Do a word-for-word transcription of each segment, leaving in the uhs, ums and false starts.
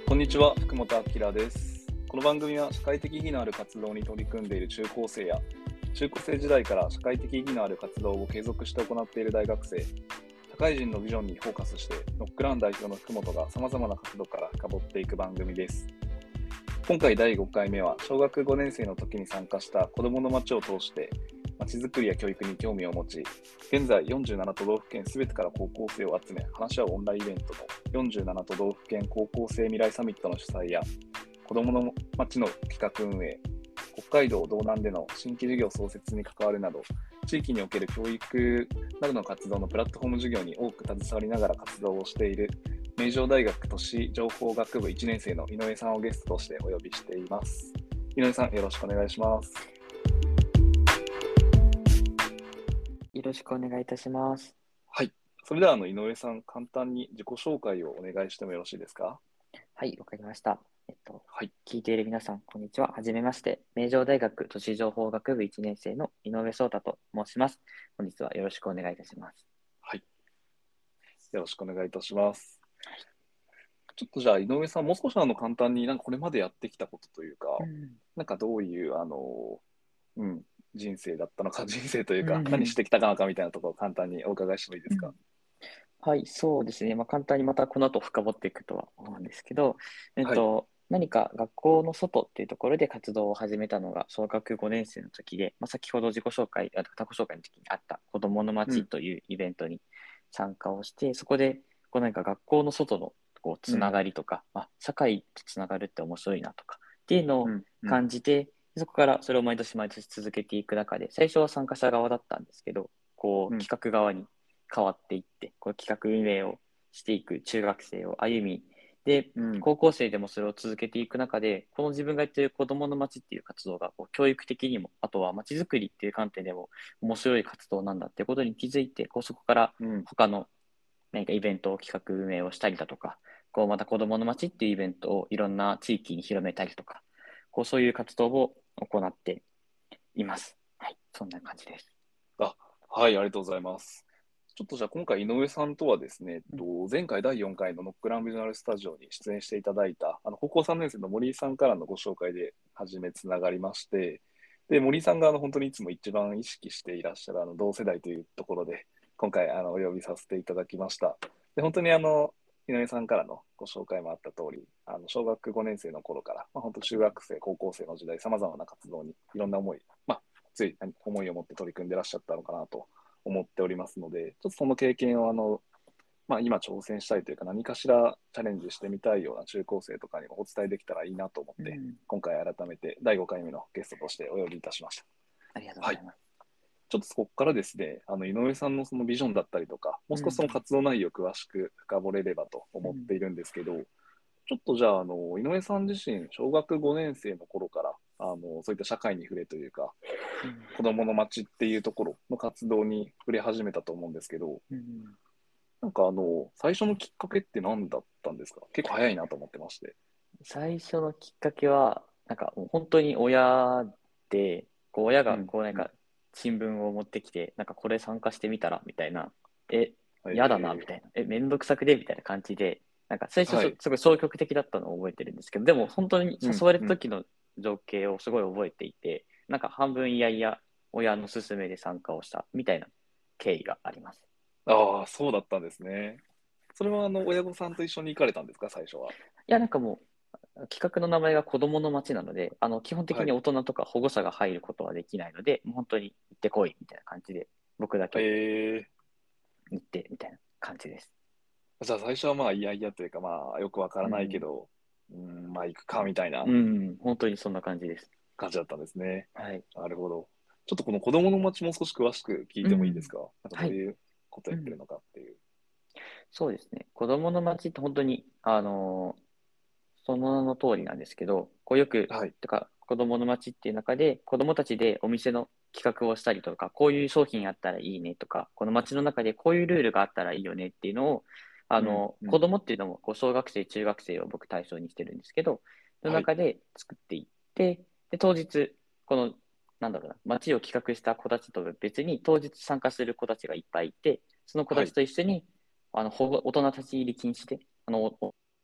こんにちは、福本明です。この番組は社会的意義のある活動に取り組んでいる中高生や中高生時代から社会的意義のある活動を継続して行っている大学生、社会人のビジョンにフォーカスしてノックラン代表の福本が様々な活動から深掘っていく番組です。今回だいごかいめは小学ごねん生の時に参加した子どもの街を通して街づくりや教育に興味を持ち、現在よんじゅうなな都道府県すべてから高校生を集め話し合うオンラインイベントのよんじゅうなな都道府県高校生未来サミットの主催や子どもの街の企画運営、北海道道南での新規事業創設に関わるなど、地域における教育などの活動のプラットフォーム事業に多く携わりながら活動をしている名城大学都市情報学部いちねん生の井上さんをゲストとしてお呼びしています。井上さん、よろしくお願いします。 よろしくお願いいたします。 はい。それではあの井上さん、簡単に自己紹介をお願いしてもよろしいですか？ はい、わかりました。えっと、 はい。 聞いている皆さん、こんにちは。はじめまして。名城大学都市情報学部いちねん生の井上壮太と申します。本日はよろしくお願いいたします。 はい。よろしくお願いいたします。ちょっとじゃあ井上さん、もう少しあの簡単になんかこれまでやってきたことというか、 うん、 なんかどういうあの、うん、人生だったのか、人生というか、 うん、 何してきたかのかみたいなところを簡単にお伺いしてもいいですか？ うん。はい、そうですね。まあ、簡単にまたこの後深掘っていくとは思うんですけど、えっはい。 と、何か学校の外っていうところで活動を始めたのが小学ごねん生の時で、まあ、先ほど自己紹介、あ他己紹介の時にあった子どものうん、 街というイベントに参加をして、そこでこう何か学校の外のこうつなうん、 がりとか、まあ、社会とつながるって面白いなとかっていうのをうん、うん、 感じて、そこからそれを毎年毎年続けていく中で、最初は参加者側だったんですけど、こううん、 企画側に変わっていって、こう企画運営をしていく中学生を歩み、で、 うん、 高校生でもそれを続けていく中で、この自分がやっている子どもの街っていう活動がこう教育的にも、あとは街づくりっていう観点でも面白い活動なんだっていうことに気づいて、こうそこからうん。 他の何かイベントを企画運営をしたりだとか、こうまた子どもの街っていうイベントをいろんな地域に広めたりとか、こうそういう活動を行っています。はい、そんな感じです。 あ、はい、ありがとうございます。ちょっとじゃあ今回井上さんとはですね、えっうん、 と、前回だいよんかいのノックランビジョナルスタジオに出演していただいた、あの高校さんねん生の森井さんからのご紹介で初めつながりまして、で、森井さんがあの本当にいつも一番意識していらっしゃるあの同世代というところで、今回あのお呼びさせていただきました。で、本当にあの、井上さんからのご紹介もあった通り、あの小学ごねん生の頃から、まあ、本当中学生、高校生の時代、さまざまな活動にいろんな思い、まあ、つい思いを持って取り組んでらっしゃったのかなと思っておりますので、ちょっとその経験をあの、まあ、今挑戦したいというか、何かしらチャレンジしてみたいような中高生とかにもお伝えできたらいいなと思って、 うん、 今回改めてだいごかいめのゲストとしてお呼びいたしました。 ありがとうごはい。 ざいます。 ちょっとそこからですね、あの井上さんのそのビジョンだったりとか、もう少しそのうん、 活動内容を詳しく深掘れればとうん、 思っているんですけど、ちょっとじゃあ、あの井上さん自身、小学ごねん生の頃からあのそういった社会に触れというか、 うん、 子どもの街っていうところの活動に触れ始めたと思うんですけど、 うん。 なんかあの、最初のきっかけって何だったんですか？結構早いなと思ってまして。 最初のきっかけは、なんかもう本当に親で、こう親がうん、うん。 こうなんか新聞を持ってきて、なんかこれ参加してみたらみたいな、え、嫌だなみえたいな、え、めんどくさくでみたいな感じで、なんか最ー、はい。 初すごい消極的だったのを覚えてるんですけど、でも本当にうん、 誘われうん。 た時の情景をすごい覚えていて、なんか半分いやいや親の勧めで参加をしたみたいな経緯があります。 ああ、そうだったんですね。それはあの、親御さんと一緒に行かれたんですか、最初は。 いや、なんかもう、企画の名前が子供の街なので、あの基本的はい。 に大人とか保護者が入ることはできないので、もう本当に行ってこいみたいな感じで、僕だけえ行ってみたいな感じです。 ー、じゃあ最初はまあ、いやいやというか、まあ、よくわからないけうん、 ど、うん、まあ、行くか、みたいなうん、本当にそんな感じです。 感じだったんですね。 はい。 なるほど。ちょっとこの子供の街もう少し詳しく聞いてもいいですうん、 か？なんかはい。 どういうことうん、 やってるのかっていう。 そうですね。子供の街って本当に、あのーその名の通りなんですけど、こうよく、 はい。 てか、子供の街っていう中で、子供たちでお店の企画をしたりとか、こういう商品あったらいいねとか、この街の中でこういうルールがあったらいいよねっていうのを、あうん、 の、 うん。 子供っていうのも、こう小学生、中学生を僕対象にしてるんですけど、そのはい。 中で作っていって、で、当日、この、なんだろうな、街を企画した子たちと別に、当日参加する子たちがいっぱいいて、その子たちはい。 と一緒に、あの、保護大人立ち入り禁止で、あの、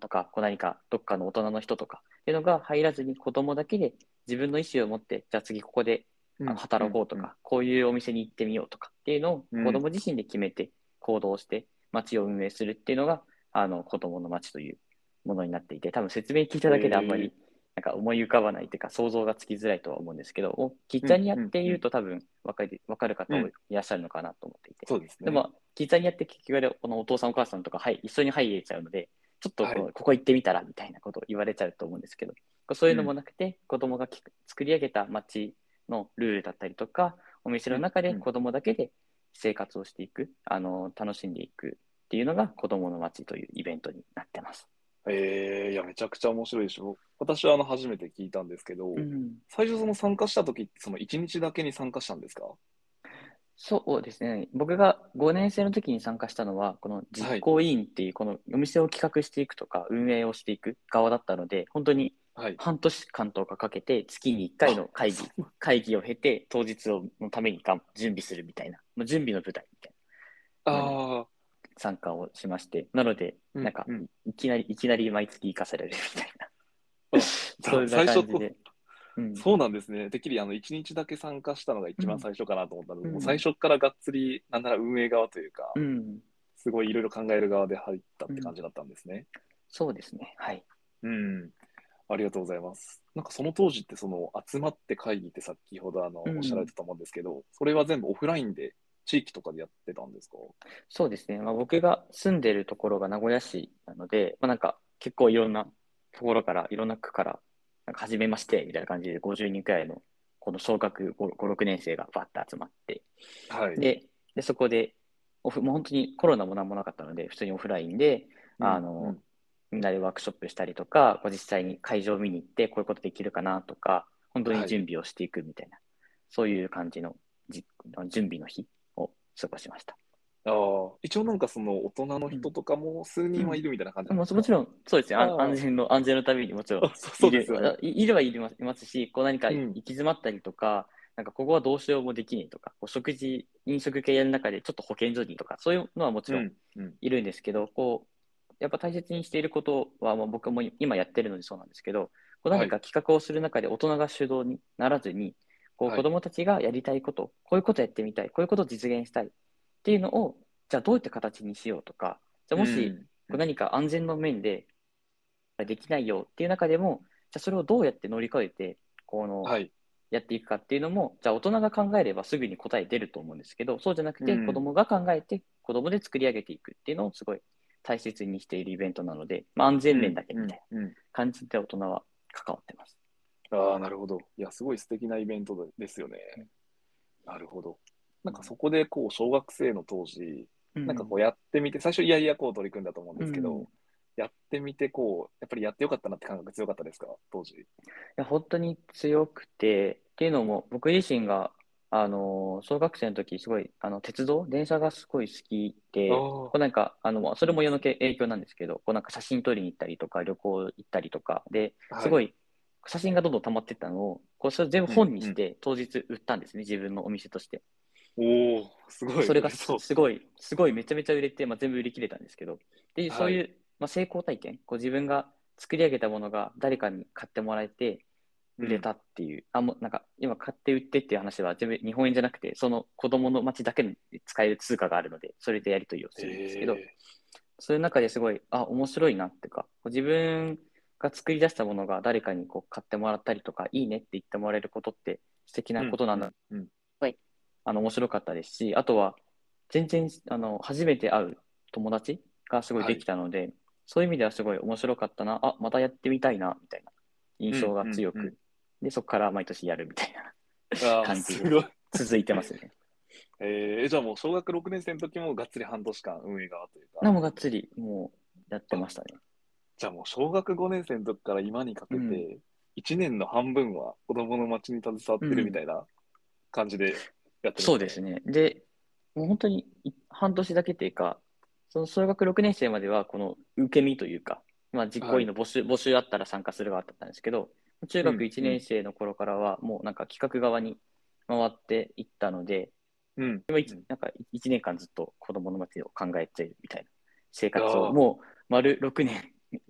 とか、こう何かどっかの大人の人とかっていうのが入らずに子供だけで自分の意思を持って、じゃあ次ここでうんあの働こうとか、 うんこういうお店に行ってみようとかっていうのをうん子供自身で決めて行動して街を運営するっていうのが、あの子供の街というものになっていて、多分説明聞いただけであんまりえなんか思い浮かばないというか想像がつきづらいとは思うんですけど、もうキッー、うんザニアっていううんうんと多分分かり、分かる方うんいらっしゃるのかなと思っていて。 そうですね。 でも、キッザニアって結局このお父さんお母さんとか、はい、一緒に入れちゃうので、ちょっとこはい。 のここ行ってみたらみたいなことを言われちゃうと思うんですけど、そういうのもうんなくて、子供がき作り上げた街のルールだったりとか、お店うんの中でうん子供だけで生活をしていく、あの楽しんでいくっていうのが子供の街というイベントになってます。 えー、いや、めちゃくちゃ面白いでしょ。私はあの初めて聞いたんですけど、 うん、 最初その参加した時ってそのいちにちだけに参加したんですか？ そうですね。僕がごねん生の時に参加したのは、この実はい。 行委員っていう、このお店を企画していくとか、運営をしていく側だったので、本当にはい。 半年間とかかけて、月にいっかいあ、 の会議、 そう会議を経て、当日のためにがん準備するみたいな、もう準備の舞台みたいなのにああ、 参加をしまして、なので、なんかうんうん。 いきなり、いきなり毎月行かされるみたいな、 あ、じゃあそんな最初こ、 感じで。うん。 そうなんですね。てっきりあのいちにちだけ参加したのがうん。 一番最初かなと思ったので、もう最うん。 初からがっつり、なんなら運営側というか、 うん。 すごいいろいろ考える側で入ったっうん。 て感じだったんですね。 そうですね。はい。 うん。ありがとうございます。なんかその当時ってその集まって会議って先ほどあのおっしゃられうん。 てたと思うんですけど、それは全部オフラインで地域とかでやってたんですか？ そうですね。まあ、僕が住んでるところが名古屋市なので、まあ、なんか結構いろんなところから、いろんな区から、なんか初めましてみたいな感じでごじゅうにんくらいのこの小学ご、ろくねん生がバッと集まって、 はい。 で、でそこでオフ、もう本当にコロナもなんもなかったので、普通にオフラインで、 うん、うあの、 ん。 みんなでワークショップしたりとか、こう実際に会場を見に行って、こういうことできるかなとか、本当にはい。 準備をしていくみたいな、そういう感じのじ準備の日を過ごしました。 ああ、一応なんかその大人のうん。 人とかも数うん。 人はいるみたいな感じなんもですか？ もちろん、そうですね。安安あ全の、安全のためにもちろんあ、あ、そ、そうでいる、 すよね。 いいるはいますいますし、こう何か行うん、 き詰まったりとか、なんかここはどうしようもできないとか、こう食事、飲食系やる中でちょっと保健所にとか、そういうのはもちろんうん、うん。 いるんですけど、こう、やっぱ大切にしていることは、もう僕も今やってるのでそうなんですけど、こうはい、 何か企画をする中で大人が主導にならずに、こうはい。 子供たちがやりたいこと、こういうことやってみたい、こういうことを実現したいっていうのを、じゃあどういった形にしようとか、じゃあもしうん、うん。 こう何か安全の面でできないよっていう中でも、じゃあそれをどうやって乗り越えて、このはい。 やっていくかっていうのも、じゃあ大人が考えればすぐに答え出ると思うんですけど、そうじゃなくて子うん、 供が考えて、子供で作り上げていくっていうのをすごい大切にしているイベントなので、まあ、安全面うん、うん、 だけみたいなうん。 感じで大人は関わってます。 ああ、なるほど。いや、すごい素敵なイベントですよね。なるほど。なんかそこでこう、小学生の当時、 うん。 なんかこうやってみて、最初いやいやこう取り組んだと思うんうん。 ですけど、やってみてこう、やっぱりやってよかったなって感覚強かったですか、当時。 や、本当に強くて、っていうのも、僕自身が、あの、小学生の時、すごい、あの、鉄道、電車がすごい好きあで、こうなんか、あの、そあ、いれも世のいですね。 影響なんですけど、こうなんか写真撮りに行ったりとか、旅行行ったりとか、で、すはい。 ごい、写真がどんどん溜まっていったのを、こう、それ全部うん、うん。 本にして、当日売ったんですね、自分のお店として。 おお、すごいそれがす、 売れそう。 すごい、すごいめちゃめちゃ売れて、まあ、全部売り切れたんですけど、で、そうはい。 いう、まあ、成功体験、こう自分が作り上げたものが誰かに買ってもらえて、 うん。 売れたっていう、あ、もうなんか今買って売ってっていう話は全部日本円じゃなくて、その子供の町だけで使える通貨があるので、それでやり取りをするんですけど、 ええそういう中ですごい、あ、面白いなっていうか、自分が作り出したものが誰かにこう買ってもらったりとか、いいねって言ってもらえることって素敵うん、 なことなんだ。 うん、うん。 はい。あの、面白かったですし、あとは、全然、あの、初めて会う友達がすごいできはい。 たので、そういう意味ではすごい面白かったな、あ、またやってみたいな、みたいな印象うん、うん、 が強く、 うん。 で、そこから毎年やるみたいなああ、 感じですごい。 続いてますね。 えー、じゃあもう小学ろくねん生の時もがっつり半年間運営側というか、 なもがっつり、もう、やってあ、 ましたね。 じゃあもう小学ごねん生の時から今にかうん。 けて、いちねんの半分は子供の街に携わってるみうん。 たいな感じでやってるんですかね。 そうですね。で、もう本当にい半年だけっていうか、その小学ろくねん生までは、この受け身というか、まあ、実行はい。 委員の募集、募集あったら参加する側だったんですけど、中学うん、 1 うん、 年生の頃からは、もうなんか企画側に回っていったので、 うん、 今いうん。 なんかいちねんかんずっと子供の街を考えているみたいな生活を、 ああ、 もう丸ろくねん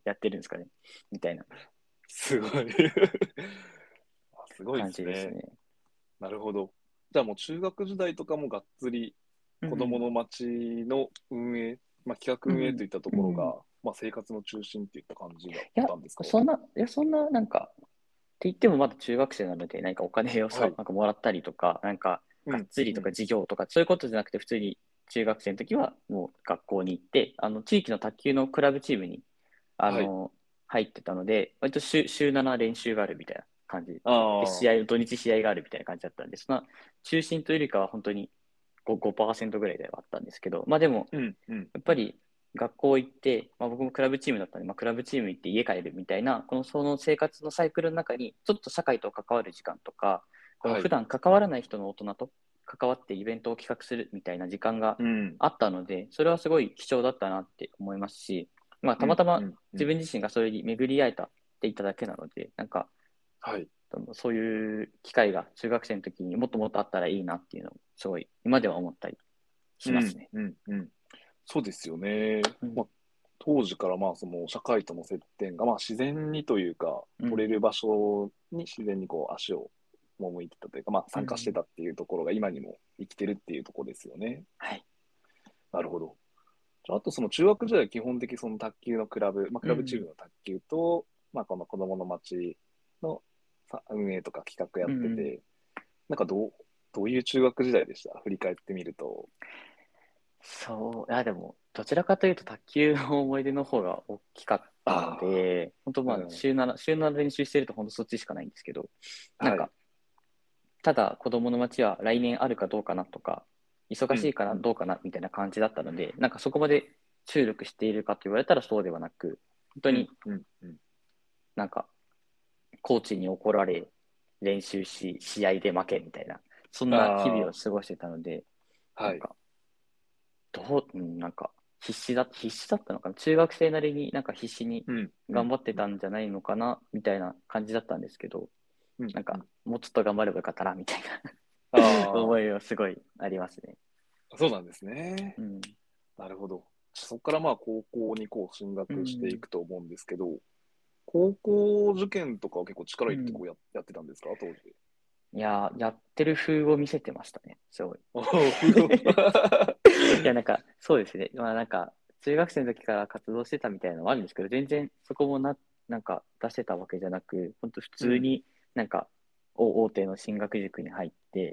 やってるんですかねみたいなすごい。あすごいで感すね。 じですね。 なるほど。じゃあもう中学時代とかもがっつり子供うん。 の街の運営、まあ、企画運営うん。 といったとうん。 ころが、まあ、生活の中心っていった感じだっいや、 たんですか？ そんな、いや、そんな、なんか、って言ってもまだ中学生なので、何かお金をさ、 はい。 なんかもらったりとか、なんか、がっうん、うん。 つりとか授業とか、そういうことじゃなくて、普通に中学生の時はもう学校に行って、あの、地域の卓球のクラブチームに、あはい。 の、入ってたので、割と週、週なな練習があるみたいな感じで、試ああ、 合、土日試合があるみたいな感じだったんで、その中心というよりかは本当にご、ごパーセントぐらいではあったんですけど、まあでも、 うん、うん、うん。 やっぱり学校行って、まあ、僕もクラブチームだったんで、まあ、クラブチーム行って家帰るみたいな、このその生活のサイクルの中に、ちょっと社会と関わる時間とか、このはい。 普段関わらない人の大人と関わってイベントを企画するみたいな時間がうん、 あったので、それはすごい貴重だったなって思いますし、まあ、 うん、 たまたまうん、うん。 自分自身がそれに巡り会えたっていただけなので、なんか、 はい。 そういう機会が中学生の時にもっともっとあったらいいなっていうのを、すごい今では思ったりうん、 しますね。 うん、うん。そうですよね。 うん。 まあ、当時からまあその社会との接点がまあ自然にというか、 うん。 取れる場所に自然にこう足を赴いてたというか、まあ、参加してうん。 たっていうところが今にも生きてるっていうところですよね。 はい。 なるほど。じゃあ、あとその中学時代は基本的にその卓球のクラブ、まあ、クラブチーうん。 ムの卓球と、まあ、この子供の街のさ運営とか企画やうん。 ってて、なんかどう、どういう中学時代でした振り返ってみると？ そう、いやでも、どちらかというと卓球の思い出の方が大きかったのあで、本当あ、 まあうん。 週なな、週なな練習してると本当そっちしかないんですけど、なんはい。 か、ただ子供の街は来年あるかどうかなとか、忙うん、 しいかな、 うん、 どうかなみたいな感じだったので、なんかそこまで注力しているかと言われたらそうではなく、本当うん、 にうん、うん。 なんか、コーチに怒られ、練習し、試合で負けみたいな、そんな日々をあ過ごしてたので、 あ、はい。 なんか、どう、うん、なんか、必死だ、必死だったのかな。中学生なりになんか必死にうん、うん、 頑張ってうん、 たんじゃないのかな、みたいな感じだったんですけど、 うん。 なんか、 うんもうちょっと頑張ればよかったな、みたいな思あいはすごいありますね。 あ、そうなんですね。 うん。 なるほど。そこからまあ高校にこう進う学していん。 くと思うんですけど、高校受験とかは結構力うん。 入れてこうや、やってたんですか当時？ いやー、やってる風を見せてましたね、すごい。 おーいや、なんか、そうですね。まあ、なんか、中学生の時から活動してたみたいなのもあるんですけど、全然そこもな、なんか出してたわけじゃなく、本当普うん、 通になんか、大大手の進学塾に入って、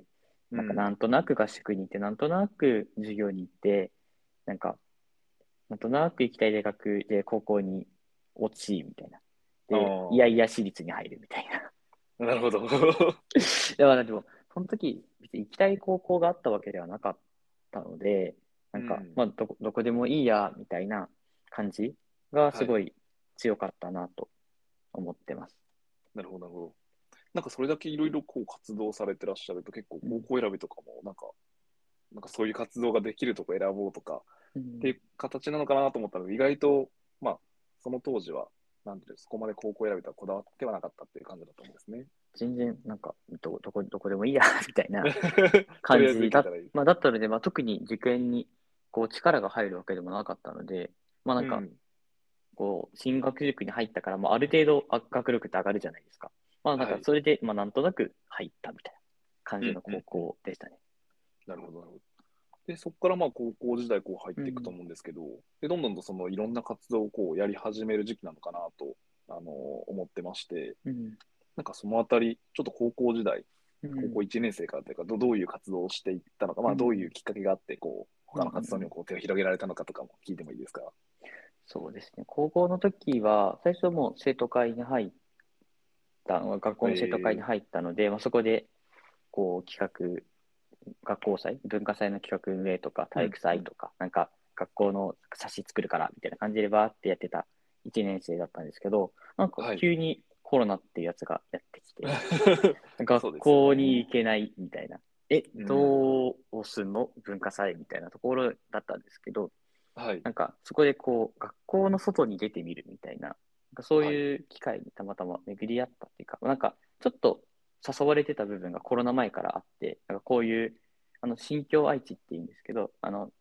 なんかうん。 なんとなく合宿に行って、なんとなく授業に行って、なんか、なんとなく行きたい大学で高校に落ち、みたいな。 あで、いやいあ、 や私立に入るみたいな。 なるほど。 だからでも、その時、別に行きたい高校があったわけではなかったので、なんか、 うん。 まあ、どこ、どこでもいいや、みたいな感じがはい。 すごい強かったなと思ってます。 なるほど、なるほど。なんかそれだけいろいろこう活動されてらっしゃると結構うん。 高校選びとかもなんか、なんかそういう活動ができるとこ選ぼうとかうん、 っていう形なのかなと思ったので、意外と、まあ、その当時は、なんていうのそこまで高校選びとはこだわってはなかったっていう感じだったんですね。 全然、なんか、ど、どこ、どこでもいいや、みたいなとりあえず感じだ、 行けたらいい。 まあ、だったので、まあ、特に受験にこう力が入るわけでもなかったので、まあ、なんか、 うん。 こう、進学塾に入ったから、まあ、ある程度学力って上がるじゃないですか。まあ、なんか、 はい。 それで、まあ、なんとなく入ったみたいな感うん、 じの高うん、うん。 校でしたね。 なるほど、なるほど。で、そこからまあ高校時代こう入っうん。 ていくと思うんですけど、で、どんどんとそのいろんな活動をこうやり始める時期なのかなと、あの思ってまして、 うん。 なんかそのあたり、ちょっと高校時代、 うん。 高校いちねん生からというか、どどういう活動をしていったのか、まあどういううん。 きっかけがあって、こう、 うん。う他の活動にん。 こう手を広げられたのかとかも聞いてもいいですか？ そうですね。高校の時は、最初はもう生徒会に入ったの、学校の生徒会にえ入ったので、まあ、そこで、こう、企画、学校祭、文化祭の企画運営とか、 ー、うん、 体育うん。 祭とか、なんか、学校の冊子作るから、みたいな感じでバーってやってたいちねん生だったんですけど、なんかはい。 急にコロナっていうやつがやってきて、学そうですよ校に行ね。 けないみたいな。え、 うん。 どうすんの文化祭みたいなところだったんですけど、 はい。 なんかそこでこう、学校の外に出てみるみたいな、なんかそうはい。 いう機会にたまたま巡り合ったっていうか、なんかちょっと誘われてた部分がコロナ前からあって、なんかこういう、あの、新京愛知っていうんですけど、あの、 はい。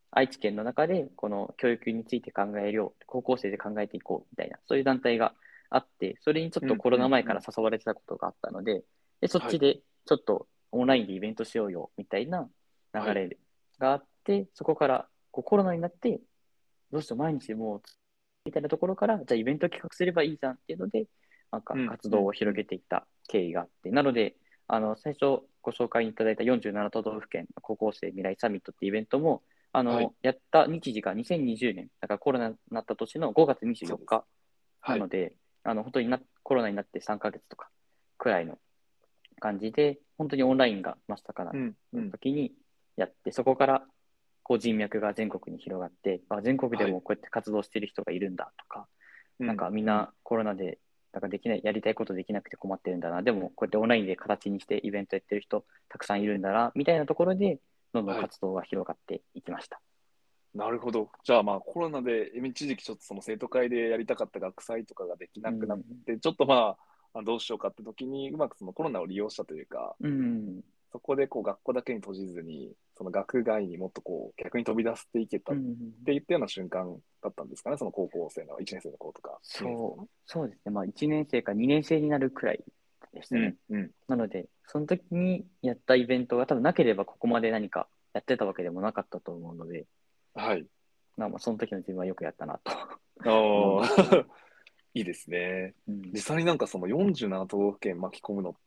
愛知県の中でこの教育について考えよう、高校生で考えていこうみたいな、そういう団体があって、それにちょっとうんコロナうんうん。 前から誘われてたことがあったので、で、そっはい。 ちでちょっとオンラインでイベントしようよみたいな流はい。 れがあって、そこからこうコロナになって、どうしても毎日もうみたいなところから、じゃあイベント企画すればいいじゃんっていうので、なんかうん活動をうんうん。 広げていった経緯があって、なので、あの、最初ご紹介いただいたよんじゅうなな都道府県高校生未来サミットってイベントも、あはい。 の、やった日時がにせんにじゅうねん、だからコロナになった年のごがつ24 そうです。 日なはい。 ので、あの、本当になコロナになってさんかげつとかくらいの感じで、本当にオンラインが真っ盛なうんうん。 時にやって、そこからこう人脈が全国に広がって、あ、全国ではい。 もこうやって活動している人がいるんだとか、なんうんうん。 かみんなコロナでなんかできない、やりたいことできなくて困ってるんだな、でもこうやってオンラインで形にしてイベントやってる人たくさんいるんだな、みたいなところで、どんどんはい。 活動が広がっていきました。 なるほど。じゃあまあコロナで一時期ちょっとその生徒会でやりたかった学祭とかができなくなっうん。 て、ちょっとまあ、あどうしようかって時に、うまくそのコロナを利用したというか、 うん。 そこでこう学校だけに閉じずに、その学外にもっとこう逆に飛び出していけたっうん。 ていったような瞬間だったんですかね、その高校生のいちねん生の子とかにねん生そう、 の。 そうですね。まあいちねん生かにねん生になるくらいでしたね。 うんうん。 なので、その時にやったイベントが多分なければここまで何かやってたわけでもなかったと思うので、 はい。 まあまあその時の自分はよくやったなと思うんあですけど。 あ、いいですね。 うん。 実際になんかそのよんじゅうなな都道府県巻き込むのって、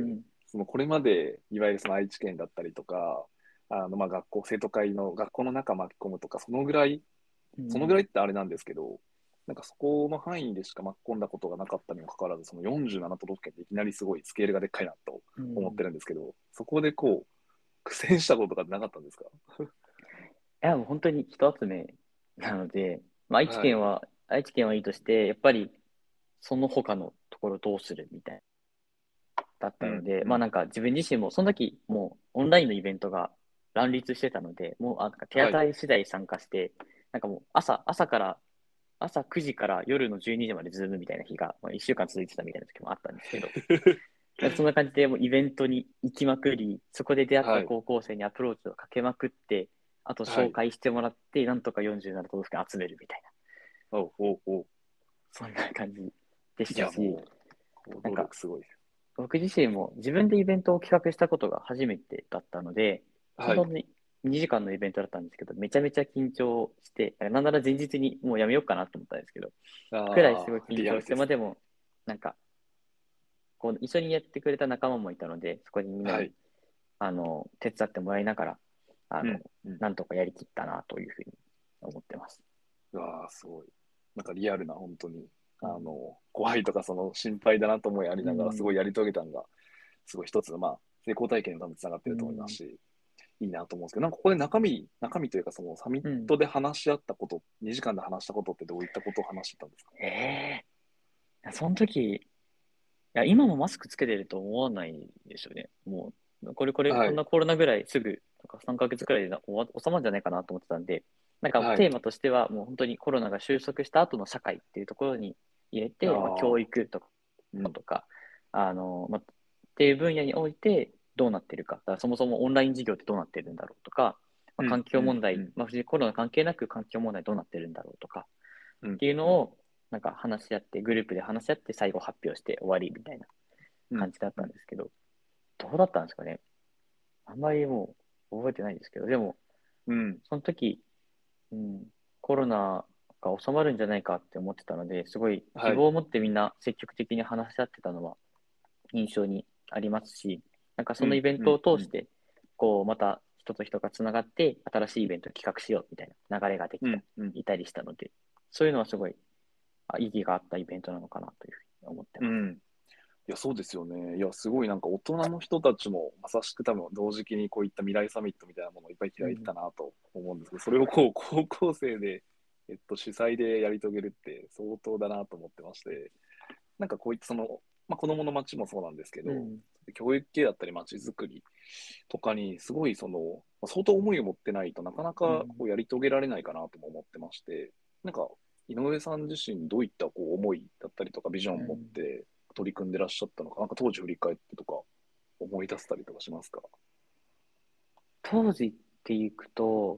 うん。 そのこれまでいわゆるその愛知県だったりとか、あのまあ学校、生徒会の学校の中巻き込むとか、そのぐらい、そのぐうん。 らいってあれなんですけど、なんかそこの範囲でしか巻き込んだことがなかったにもかかわらず、そのよんじゅうなな都道府県っていきなりすごいスケールがでっかいなと思ってうん。 るんですけど、そこでこう、苦戦したこととかってなかったんですか？ いや、もう本当に人集めなので、まあ、愛知はい。 県は、愛知県はいいとして、やっぱりその他のところどうするみたいだっうん、 たので、 うん。 まあなんか自分自身も、その時もうオンラインのイベントが乱立してたので、もうあなんか手当はい。 たり次第参加して、なんかもう朝、朝から、朝くじから夜のじゅうにじまでズームみたいな日が、まあ、いっしゅうかん続いてたみたいな時もあったんですけど、なんかそんな感じでもうイベントに行きまくり、そこで出会ったはい。 高校生にアプローチをかけまくって、あとはい。 紹介してもらって、なんとかよんじゅうなな都道府県集めるみたいな、 おうおうおう。 そんな感じでしいや、 たし、 もう、行動なんか力すごいです。 僕自身も自分でイベントを企画したことが初めてだったので、 はい。 本当ににじかんのイベントだったんですけど、めちゃめちゃ緊張して、なんなら前日にもうやめようかなと思ったんですけど、くらいすごいああ、 緊張して、まあリアルですね。 でも、なんか、こう一緒にやってくれた仲間もいたので、そこにみんなにはい。 あの手伝ってもらいながら、あの、 うん。うん。 なんとかやりきったなというふうに思ってます。 うわあ、すごい。なんかリアルな、本当に、 うん。 あの、怖いとか、その心配だなと思いありながら、すうん。 ごいやり遂げたのが、すごい一つの、まあ、成功体験の多分つながってると思いますうん。 し、いいなと思うんですけど、なんかここで中身、中身というか、そのサミッうん。 トで話し合ったこと、にじかんで話したことってどういったことを話してたんですか？ ええー、その時、いや、今もマスクつけてると思わないですよね。もう、これ、これ、 はい。 こんなコロナぐらいすぐ、なんかさんかげつくらいで終わ収まるんじゃないかなと思ってたんで、なんかはい。 テーマとしては、もう本当にコロナが収束した後の社会っていうところに入れあて、まあ、教あ、 育とか、 うん。 とか、あの、まあ、っていう分野においてどうなってるか、だからそもそもオンライン授業ってどうなってるんだろうとか、まあ、 うん。 環うん。 境問題、 うん。 まあ、別にコロナ関係なく環境問題どうなってるんだろうとかうん。 っていううん。 のを、なんか話し合って、グループで話し合って最後発表して終わりみたいなうん。 感じだっうん。 たんですけど、どうだったんですかね。あんまりもう覚えてないんですけど、でも、 うん。 その時、うん、コロナが収まるんじゃないかって思ってたので、すごい希はい。 望を持ってみんな積極的に話し合ってたのは印象にありますし、なんかそうん。 のイベントをうん。うん。 通して、こう、また人と人がつながって、新しいイベントを企画しようみたいな流れができた、 うん。うん。 いたりしたので、そういうのはすごいあ意義があったイベントなのかなというふうに思ってます。 うん。いや、そうですよね。いや、すごいなんか大人の人たちもまさしく多分同時期にこういった未来サミットみたいなものをいっぱい開いてうん。 たなと思うんですけど、それをこう高校生で、えっと、主催でやり遂げるって相当だなと思ってまして、なんかこういったその、まあ、子供の街もそうなんですけど、 うん。 教育系だったり街づくりとかにすごいその、まあ相当思いを持ってないとなかなかこうん。 うやり遂げられないかなとも思ってまして、なんか井上さん自身どういったこう思いだったりとかビジョンを持っうん。 て取り組んでらっしゃったのか、なんか当時振り返ってとか思い出せたりとかしますか？ 当時っていくと、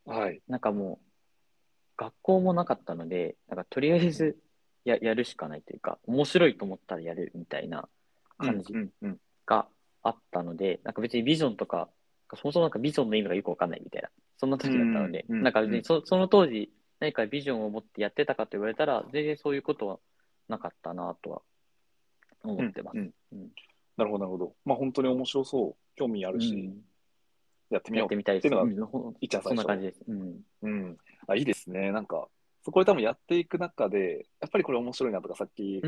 はい。 なんかもう、学校もなかったので、なんかとりあえずや、やるしかないというか、面白いと思ったらやるみたいなうん、 感じうん、うん。 があったので、なんか別にビジョンとか、そもそもなんかビジョンの意味がよくわかんないみたいな、そんなう時だったのん、 で、 うん、 なんか別うん。 にそその当時、何かビジョンを持ってやってたかと言われたら、全然そういうことはなかったなとは思うん、 ってます。 うん。 うん。 なるほど、なるほど。まあ、本当に面白そう。興味あるし、 うん、 やってみようやってみたいし、 っていうのが、 うん、ほいっちゃんそ最初。 んな感じです。うん。 うん。あ、いいですね。なんか、そこで多分やっていく中で、やっぱりこれ面白いなとか、さっきうん。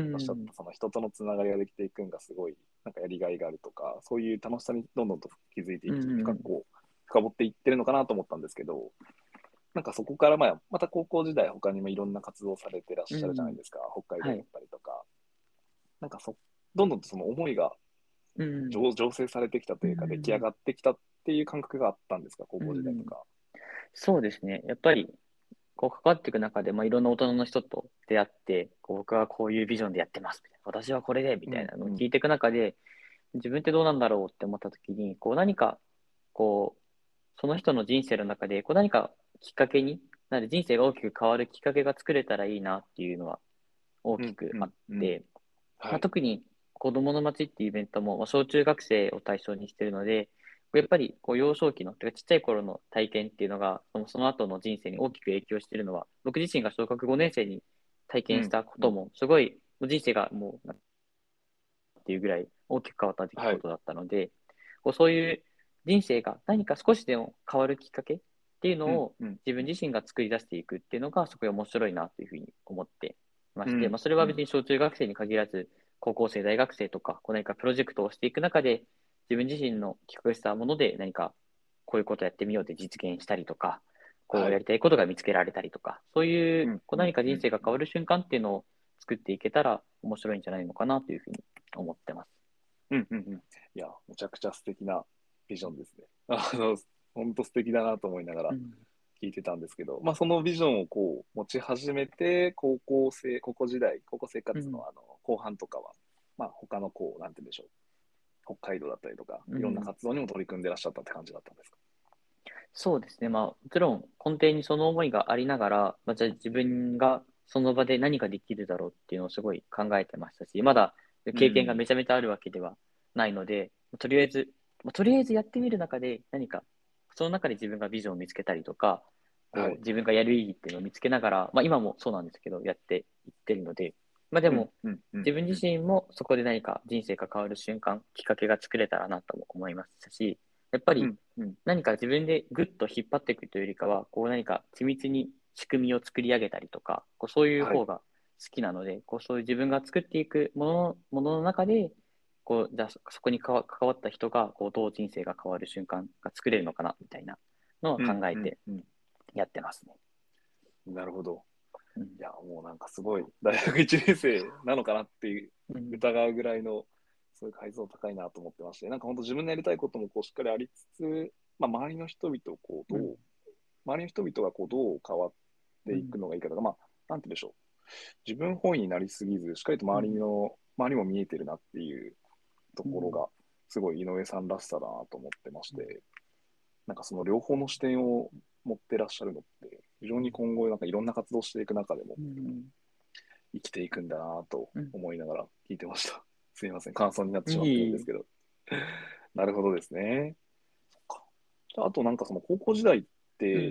おっしゃった、その人とのつながりができていくんがすごい、なんかやりがいがあるとか、そういう楽しさにどんどんと気づいていうって、深くん。 こう、深掘っていってるのかなと思ったんですけど、なんかそこからまあ、また高校時代、他にもいろんな活動されてらっしゃるじゃないうん。 ですか。北海道だっはい。 たりとか。なんかそ、どんどんとその思いがうん。 醸醸成されてきたとういうか、出来上ん。 がってきたっていう感覚があったんですか、高校時代とうん。 か。 そうですね。やっぱり、こう関わっていく中で、まあ、いろんな大人の人と出会って、こう僕はこういうビジョンでやってますみたいな、私はこれでみたいなのをうんうん。 聞いていく中で、自分ってどうなんだろうって思った時に、こう何か、こう、その人の人生の中で、こう何かきっかけに、なので人生が大きく変わるきっかけが作れたらいいなっていうのは大うんきくあっうんうん。 て、まあ、 はい。 特に子どもの街っていうイベントも、まあ、小中学生を対象にしているので、やっぱりこう幼少期の、てかちっちゃい頃の体験っていうのが、そのその後の人生に大きく影響しているのは、僕自身が小学ごねん生に体験しうんうん。 たことも、すごいもう人生がもうっていうぐらい大きく変わった出来はい。 事だったので、こうそういう人生が何か少しでも変わるきっかけっていううんのをうんうん。 自分自身が作り出していくっていうのがすごい面白いなというふうに思ってまして、まうんあ、それは別うん。 に小中学生に限らず、高校生、大学生とか、こう何かプロジェクトをしていく中で、自分自身の企画したもので何かこういうことやってみようって実現したりとか、こはい。 うやりたいことが見つけられたりとか、そういううんこう何かうんうん人生が変わる瞬間っていうのを作っていけたら面白いんじゃないのかなというふうに思ってます。 うんうんうん。いや、めちゃくちゃ素敵なビジョンですね。あの、本当素敵だなと思いながらうん。 聞いてたんですけど、まあ、そのビジョンをこう持ち始めて、高校生、高校時代、高校生うん。 活のあの後半とかは、まあ、他のこう、なんて言うんでしょう、北海道だったりとか、いろんなうん。 活動にも取り組んでらっしゃったって感じだったんですか？ そうですね。まあ、もちろん根底にその思いがありながら、まあ、じゃあ自分がその場で何ができるだろうっていうのをすごい考えてましたし、まだ経験がうん。 めちゃめちゃあるわけではないので、とりあえず、まあ、とりあえずやってみる中で何か、その中で自分がビジョンを見つけたりとか、 はい。 こう自分がやる意義っていうのを見つけながら、まあ今もそうなんですけど、やっていってるので、まあでうんも、 うんうん自分自身もそこで何か人生が変わる瞬間、きっかけが作れたらなとも思いますし、やっぱりうんうん何か自分でぐっと引っ張っていくというよりかは、こう何か緻密に仕組みを作り上げたりとか、こうそういうはい。 方が好きなので、こうそういう自分が作っていくものものの中で、こうじゃあそそこにかわ関わった人がこうどう人生が変わる瞬間が作れるのかなみたいなのをうん考えてうんうん。 やってますね。 なるほど。 うん。 いや、もうなんかすごい、大学いちねん生なのかなっていううん。 疑うぐらいの、そういう解像度高いなと思ってまして、なんか本当自分のやりたいこともこうしっかりありつつ、まあ、周りの人々をこううん。 どう、周りの人々がこうどう変わっていうん。 くのがいいかとか、まあ、なんて言うんでしょう。自分本位になりすぎず、しっかりと周りうん。 の、周りも見えてるなっていうとうん。 ころが、すごい井上さんらしさだなと思ってまして、なんかその両方の視点を持ってらっしゃるのって、非常に今後なんかいろんな活動していく中でもうん。 生きていくんだなとうん。 思いながら聞いてました。すいません、感想になってしまってるんいい。 ですけど。なるほどですね。そっか。じゃあ、あとなんかその高校時代って、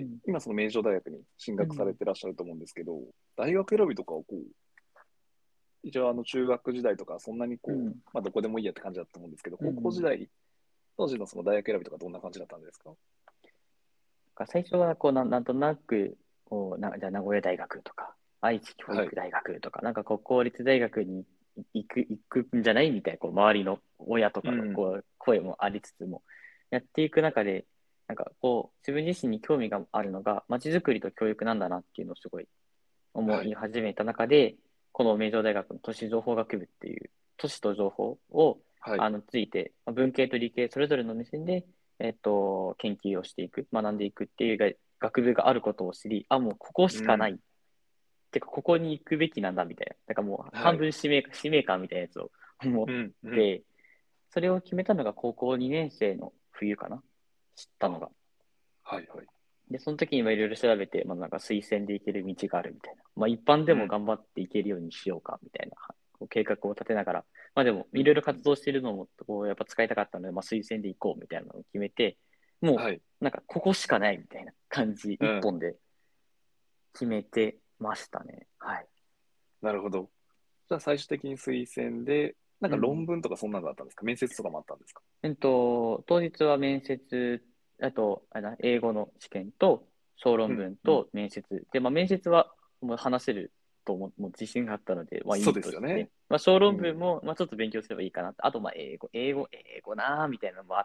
うん。 今その名城大学に進学されうん。 てらっしゃると思うんですけど、大学選びとかをこう、一応あの中学時代とかそんなにこう、 うん。 まあどこでもいいやって感じだったと思うんですけど、高校時うん。 代、当時のその大学選びとかどんな感じだったんですか？ 最初はこうなんなんとなくこうなじゃあ名古屋大学とか愛知教はい。 育大学とかなんかこう公立大学に行く行くんじゃないみたいなこう周りの親とかのうん。 こう声もありつつもやっていく中でなんかこう自分自身に興味があるのがまちづくりと教育なんだなっていうのをすごい思はい。 い始めた中でこの名城大学の都市情報学部っていう都市と情報をはい。 あのついて文系と理系それぞれの目線でえっと、研究をしていく、学んでいくっていう学部があることを知り、あ、もうここしうん。 かない。てか、ここに行くべきなんだみたいな。なんかもうはい。 半分使命使命感みたいなやつを思っうん。うん。 て、それを決めたのが高校にねん生の冬かな知ったのあ、 が。 はい。はい。 で、その時にいろいろ調べて、まあ、なんか推薦で行ける道があるみたいな。まあ、一般でも頑張っていけるようにしようかみたいな、こう計画を立てながら、まあでも、いろいろ活動しているのも、こう、やっぱ使いたかったので、まあ、推薦で行こうみたいなのを決めて、もはい。 う、なんか、ここしかないみたいな感じ、 うん。 一本で決めてましたね。はい。 なるほど。じゃあ最終的に推薦で、なんか論うん。 文とかそんなのだったんですか？面接とかもあったんですか？ えっと、当日は面接、あと、あの英語の試験と、小論うん、うん。 文と面接。で、まあ、面接はもう話せるとも、もう自信があったので、まあいそういとして、 ですよね。 まあ、小うん。 論文も、まあ、ちょっと勉強すればいいかなと。あと、まあ、英語、英語、英語なーみたいなのもあって、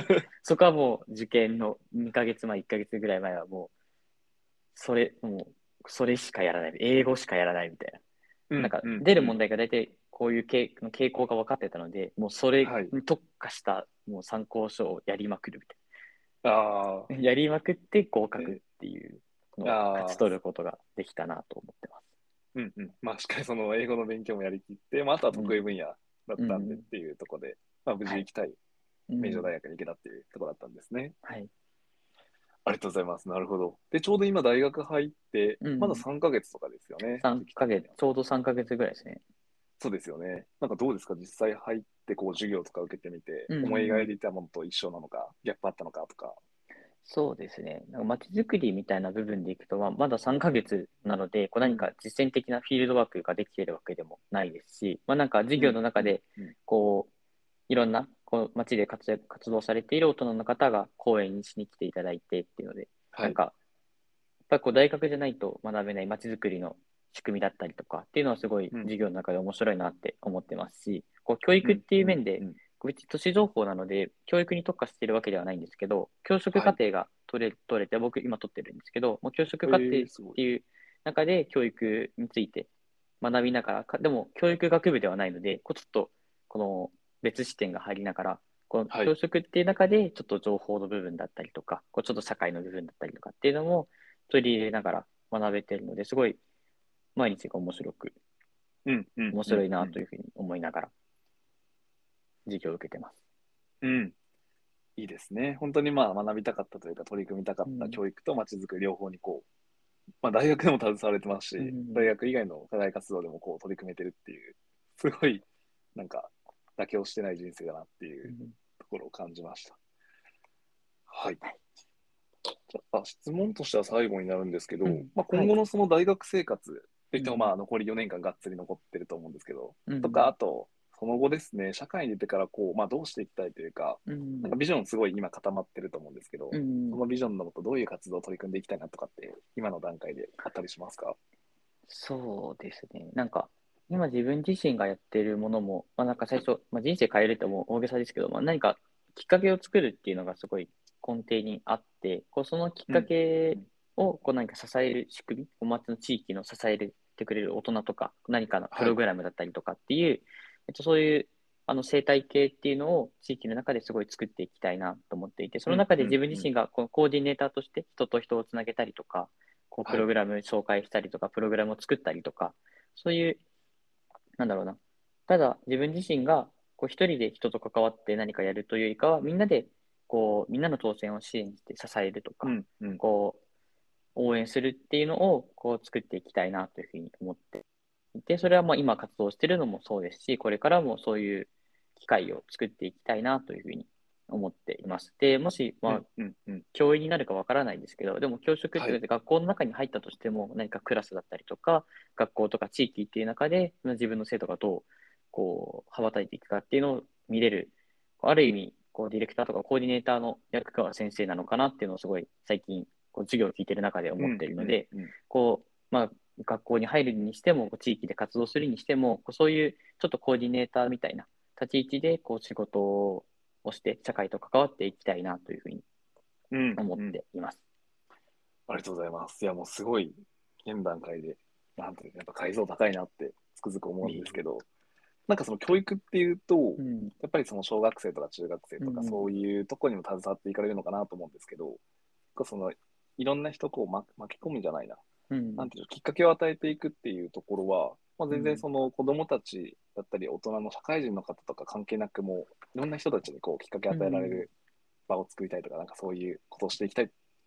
そこはもう受験のにかげつまえ、いっかげつぐらい前はもう、それ、もう、それしかやらない。英語しかやらないみたいな。 うん、 なんかうん、うん。 出る問題が大体こういう傾傾向が分かってたので、もうそれはい。 に特化したもう参考書をやりまくるみたああ、 いな。やりまくって合格っえていうのを勝ちああ、 取ることができたなと思ってます。 うんうん。まあ、しっかりその英語の勉強もやりきって、まあ、あとはうん。 得意分野だったんでっうん。 ていうところで、まあ、無事はい。 行きたいうん。 名城大学に行けたっていうところだったんですね。 はい。 ありがとうございます。なるほど。で、ちょうど今大学入って、まだうん。 さんかげつとかですよね、 3ヶ月、 時期的には。 ちょうどさんかげつぐらいですね。 そうですよね。なんかどうですか、実際入ってこう授業とか受けてみて、 うん。 思い描いていたものと一緒なのか、ギャップあったのかとか。 そうですね。なんか街づくりみたいな部分でいくと、まあ、まださんかげつなので、こううん、 何か実践的なフィールドワークができているわけでもないですし、まあ、なんか授業うん、うん、 の中で、 うん。 こう、いろんなこう街で活躍活動されている大人の方が講演にしに来ていただいてっていうので、 はい。 なんか、やっぱりこう大学じゃないと学べない街づくりの仕組みだったりとかっていうのはすごいうん、 授業の中で面白いなって思ってますし、こう教育っうん、うん、 ていう面で、 うん。 別に都市情報なので、教育に特化しているわけではないんですけど、教職はい。 課程が取れ取れて、僕今取ってるんですけど、もう教職え課程っー、すごい。 ていう中で教育について学びながら、でも教育学部ではないので、こうちょっとこの別視点が入りながら、このはい。 教職っていう中でちょっと情報の部分だったりとか、こうちょっと社会の部分だったりとかっていうのも取り入れながら学べているので、すごい毎日が面白く、 うん、うん、うん、 面白いうん。 なというふうに思いながら授業を受けてます。 うん。いいですね。本当にまあ学びたかったというか、取り組みたかったうん。 教育とまちづくり両方にこう、まあ大学でも携われてますうし、大ん。 学以外の課外活動でもこう取り組めてるっていう、すごい、なんか、妥協してない人生だなっていううん。 ところを感じました。はい。じゃあ、質問としては最後になるんですけど、 うん。 まあ、 はい。 今後のその大学生活といっても、まうん。 あ、残りよねんかんがっつり残ってると思うんですけど、とか、 うん。 あと、その後ですね、社会に出てからこう、まあ、どうしていきたいというか、 うん。 なんかビジョンすごい今固まってると思うんですけど、そうん。 のビジョンのもとどういう活動を取り組んでいきたいなとかって、今の段階であったりしますか？ そうですね。なんか、今自分自身がやっているものも、まあなんか最初、まあ、人生変えるってもう大げさですけど、まあ何かきっかけを作るっていうのがすごい根底にあって、こうそのきっかうん。 けうん。 をこう何か支える仕組み、お町の地域の支えてくれる大人とか、何かのプはい。 ログラムだったりとかっていう、えっと、そういうあの生態系っていうのを地域の中ですごい作っていきたいなと思っていて、そうん。 の中でうん。うん。 自分自身がこのコーディネーターとして人と人をつなげたりとか、こうプはい。 ログラム紹介したりとか、プログラムを作ったりとか、そういう、なんだろうな。ただ自分自身がこう一人で人と関わって何かやるというよりかは、みんなでこうみんなの当選を支援して支えるとか、 うん。うん。 こう応援するっていうのをこう作っていきたいなというふうに思っていて、それはもう今活動しているのもそうですし、これからもそういう機会を作っていきたいなというふうに思っています。で、もし、まあ、 うん。うん。うん。 教員になるかわからないんですけど、でも教職っはい。 て学校の中に入ったとしても、何かクラスだったりとか、学校とか地域っていう中で、自分の生徒がどうこう羽ばたいていくかっていうのを見れる、ある意味、こうディレクターとかコーディネーターの役川先生なのかなっていうのをすごい最近、こう授業を聞いてる中で思っうん。うん。 ているので、 うん。 こう、まあ、学校に入るにしても、地域で活動するにしても、そういうちょっとコーディネーターみたいな立ち位置でこう仕事をして、社会と関わっていきたいなというふうにうん。 思っうん。 ています。 ありがとうございます。いや、もうすごい、現段階で、なんていうか、やっぱ解像高いなってつくづく思うんですけど、なんかその教育っていうと、 うん、 やっぱりその小学生とか中学生とかうん、 そういうとこにも携わっていかれるのかなと思うんですけど、そのいろんな人をこう、ま、巻き込むんじゃないな。 うん、 なんていうの、きっかけを与えていくっていうところは、まあ、全然うん、 その子供たちだったり大人の社会人の方とか関係なくもういろんな人たちにこうきっかけをうん、 与えられる場を作りたいとか、なんかそういうことをしていきたいっ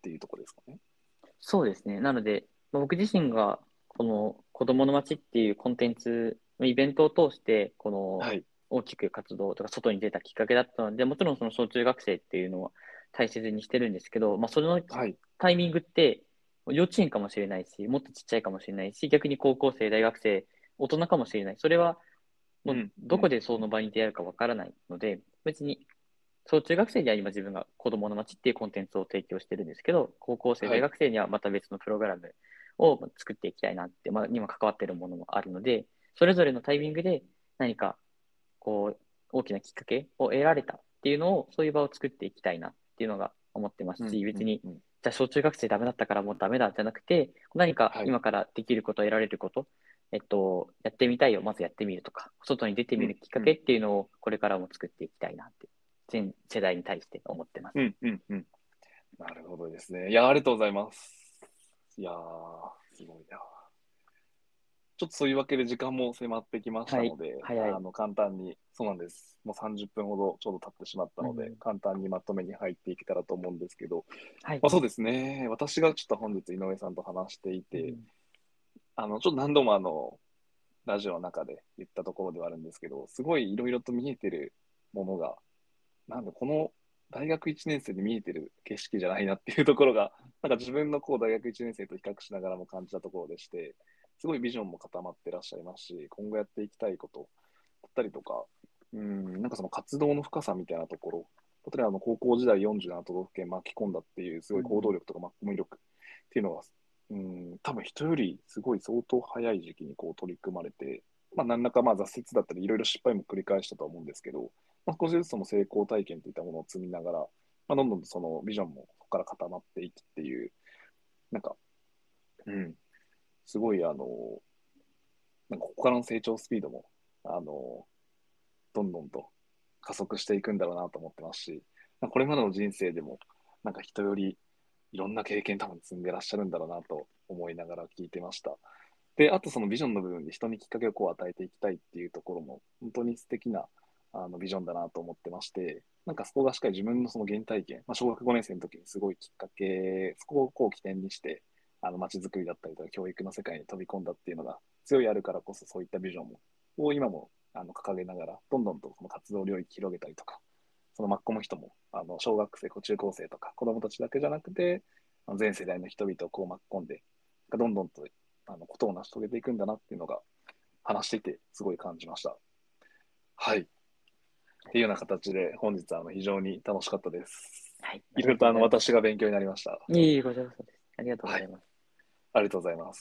っていうところですかね。 そうですね。なので、僕自身がこの子どもの街っていうコンテンツのイベントを通して、このはい。 大きく活動とか外に出たきっかけだったので、もちろんその小中学生っていうのは大切にしてるんですけど、まあ、そのはい。 タイミングって幼稚園かもしれないし、もっとちっちゃいかもしれないし、逆に高校生、大学生、大人かもしれない。それはもううん。うん。 どこでその場に出会うかわからないので、別に小中学生には今自分が子供の街っていうコンテンツを提供してるんですけど、高校生、 はい。 大学生にはまた別のプログラムを作っていきたいなって、まあ、今関わっているものもあるので、それぞれのタイミングで何かこう大きなきっかけを得られたっていうのを、そういう場を作っていきたいなっていうのが思ってますうん。 し、 うん。 別に、 うん。 じゃあ小中学生ダメだったからもうダメだじゃなくて、何かはい。 今からできること、得られること、えっと、やってみたいをまずやってみるとか、外に出てうん。 みるきっかうん。 けっていうのをこれからも作っていきたいなって全世代に対して思ってます。 うん。うん。うん。なるほどですね。いや、ありがとうございます。いやー、すごいな。ちょっとそういうわけで時間も迫ってきましはい、 たので、 早い。 あの、簡単に、そうなんです。もうさんじゅっぷんほどちょうど経ってしまったので、 うん、 簡単にまとめに入っていけたらと思うんですけど、 はい。 まあそうですね。私がちょっと本日井上さんと話していて、 うん、 あの、ちょっと何度もあの、ラジオの中で言ったところではあるんですけど、すごいいろいろと見えてるものが、なんだ、この大学いちねん生で見えてる景色じゃないなっていうところが、なんか自分のこう大学いちねん生と比較しながらも感じたところでして、すごいビジョンも固まってらっしゃいますし、今後やっていきたいことだったりとか、うん、なんかその活動の深さみたいなところ、例えばあの高校時代よんじゅうなな都道府県巻き込んだっていうすごい行動うん、 力とかマッコミ力っていうのが、うん、多分人よりすごい相当早い時期にこう取り組まれて、まあ、何らかまあ挫折だったりいろいろ失敗も繰り返したとは思うんですけど、まあ、少しずつその成功体験といったものを積みながら、まあ、どんどんそのビジョンもそこから固まっていくっていう、なんか、うん、すごいあの、なんかここからの成長スピードも、あの、どんどんと加速していくんだろうなと思ってますし、これまでの人生でも、なんか人よりいろんな経験多分積んでらっしゃるんだろうなと思いながら聞いてました。で、あとそのビジョンの部分で人にきっかけをこう与えていきたいっていうところも、本当に素敵なあのビジョンだなと思ってまして、なんかそこがしっかり自分のその原体験、まあ、小学ごねん生の時にすごいきっかけ、そこをこう起点にして、あの街づくりだったりとか教育の世界に飛び込んだっていうのが強いあるからこそそういったビジョンもを今もあの掲げながら、どんどんとその活動領域広げたりとか、そのマッコの人もあの小学生、中高生とか子供たちだけじゃなくて、全世代の人々をこう巻き込んで、どんどんとあのことを成し遂げていくんだなっていうのが話していてすごい感じました。はい。っていうような形で本日はあの非常に楽しかったです。 はい、ありがいろいろとあのとうございます。 私が勉強になりました。 いえいえ、こちらこそです。ありがとうごはい。 ざいます。 ありがとうございます。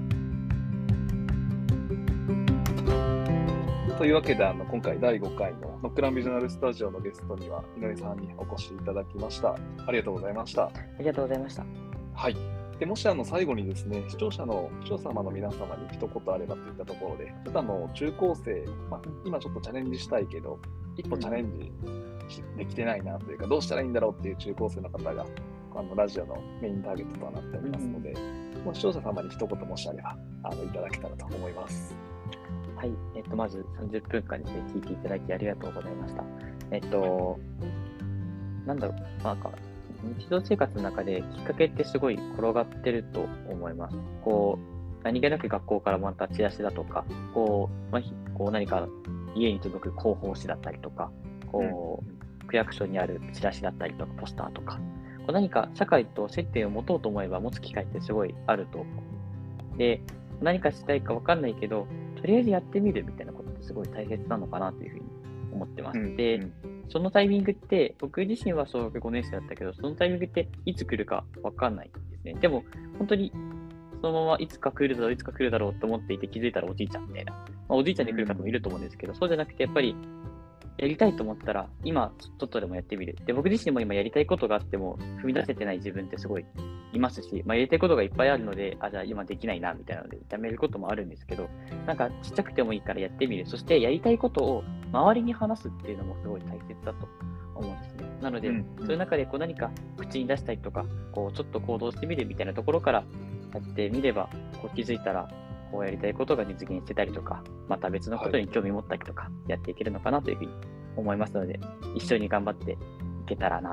というわけで、あの今回だいごかいのノックランビジョナルスタジオのゲストには井上さんにお越しいただきました。ありがとうございました。 ありがとうございました。 はい。でもしあの最後にですね、視聴者の視聴者様の皆様に一言あればといったところで、ちょっとあの中高生、まあ、今ちょっとチャレンジしたいけど、一歩チャレンジできてないなというか、どうしたらいいんだろうっていう中高生の方が、あのラジオのメインターゲットとなっておりますので、もう視聴者様に一言もしあればあのいただけたらと思います。 はい、えっと、まずさんじゅっぷんかんですね、聞いていただきありがとうございました。えっと、なんだろう、なんか、日常生活の中できっかけってすごい転がってると思います。こう、何気なく学校からもらったチラシだとか、こう、まあ、こう何か家に届く広報誌だったりとか、こう、区役所にあるチラシだったりとか、ポスターとか、こう何か社会と接点を持とうと思えば持つ機会ってすごいあると思う。で、何かしたいか分かんないけど、とりあえずやってみるみたいなことってすごい大切なのかなというふうに思ってます。うん、で、うんそのタイミングって、僕自身は小学ごねん生だったけど、そのタイミングっていつ来るか分かんないんですね。でも、本当にそのままいつか来るだろう、いつか来るだろうと思っていて気づいたらおじいちゃんみたいな。まあ、おじいちゃんで来る方もいると思うんですけど、うん、そうじゃなくて、やっぱりやりたいと思ったら、今、ちょっとでもやってみる。で、僕自身も今やりたいことがあっても、踏み出せてない自分ってすごいいますし、まあ、やりたいことがいっぱいあるので、あ、じゃあ今できないな、みたいなので、やめることもあるんですけど、なんかちっちゃくてもいいからやってみる。そしてやりたいことを周りに話すっていうのもすごい大切だと思うんですね。なので、うん、そういう中でこう何か口に出したりとか、こうちょっと行動してみるみたいなところからやってみれば、こう気づいたら、こうやりたいことが実現してたりとか、また別のことに興味持ったりとか、やっていけるのかなというふうに思いますので、一緒に頑張っていけたらなと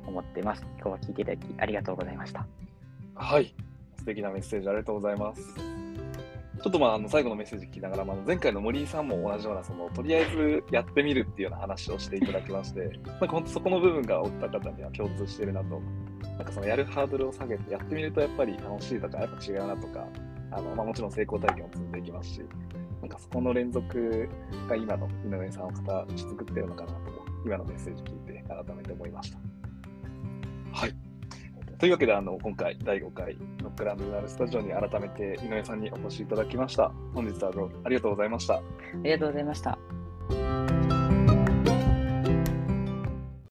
思っています。今日は聞いていただきありがとうございました。 はい。素敵なメッセージありがとうございます。ちょっとまあ、あの最後のメッセージ聞きながら、まあ、前回の森井さんも同じような、そのとりあえずやってみるっていうような話をしていただきまして、なんか本当そこの部分がお二方には共通しているなと、なんかそのやるハードルを下げて、やってみるとやっぱり楽しいとか、やっぱ違うなとか、あのまあ、もちろん成功体験を積んでいきますし、なんかそこの連続が今の井上さんを形作っているのかなと、今のメッセージ聞いて改めて思いました。はい。というわけで、あの今回だいごかいノックランドナルスタジオに改めて井上さんにお越しいただきました。本日はどうもありがとうございました。ありがとうございました。